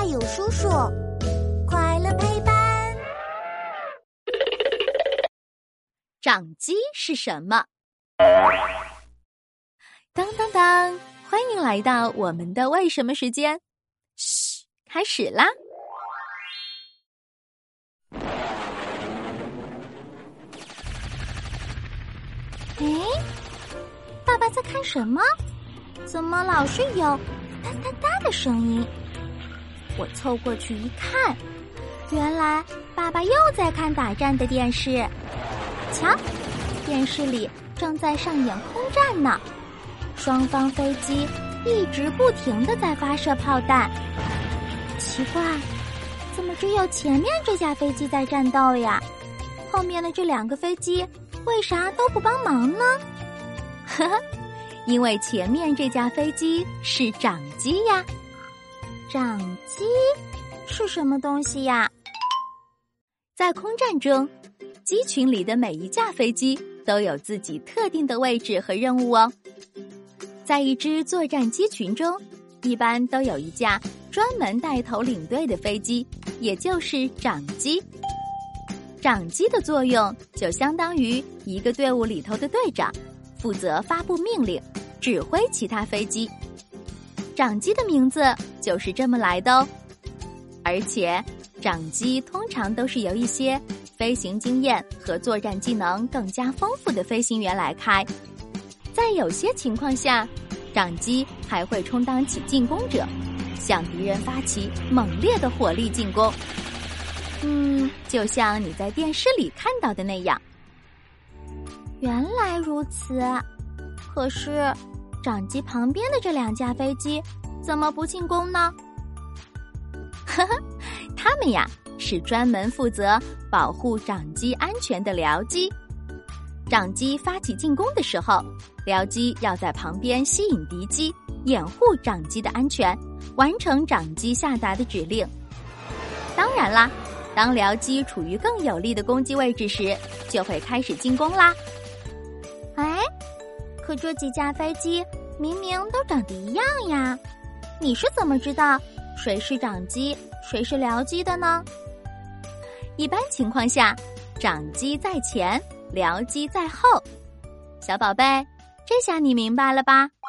有叔叔，快乐陪伴。 掌机是什么？当当当，欢迎来到我们的为什么时间。嘘，开始啦！ 哎，爸爸在看什么？怎么老是有哒哒哒的声音？我凑过去一看，原来爸爸又在看打战的电视。瞧，电视里正在上演空战呢，双方飞机一直不停地在发射炮弹。奇怪，怎么只有前面这架飞机在战斗呀？后面的这两个飞机为啥都不帮忙呢？ 呵呵，因为前面这架飞机是掌机呀。 掌机是什么东西呀？ 在空战中，机群里的每一架飞机都有自己特定的位置和任务哦。在一支作战机群中，一般都有一架专门带头领队的飞机，也就是掌机。掌机的作用就相当于一个队伍里头的队长，负责发布命令，指挥其他飞机。掌机的名字就是这么来的哦。而且掌机通常都是由一些飞行经验和作战技能更加丰富的飞行员来开。在有些情况下，掌机还会充当起进攻者，向敌人发起猛烈的火力进攻。就像你在电视里看到的那样。 原来如此，可是掌机旁边的这两架飞机怎么不进攻呢？ 呵呵，他们呀是专门负责保护掌机安全的僚机。掌机发起进攻的时候，僚机要在旁边吸引敌机，掩护掌机的安全，完成掌机下达的指令。当然啦，当僚机处于更有利的攻击位置时，就会开始进攻啦。 哎，可这几架飞机明明都长得一样呀，你是怎么知道谁是掌机，谁是僚机的呢？ 一般情况下，掌机在前，僚机在后。小宝贝，这下你明白了吧？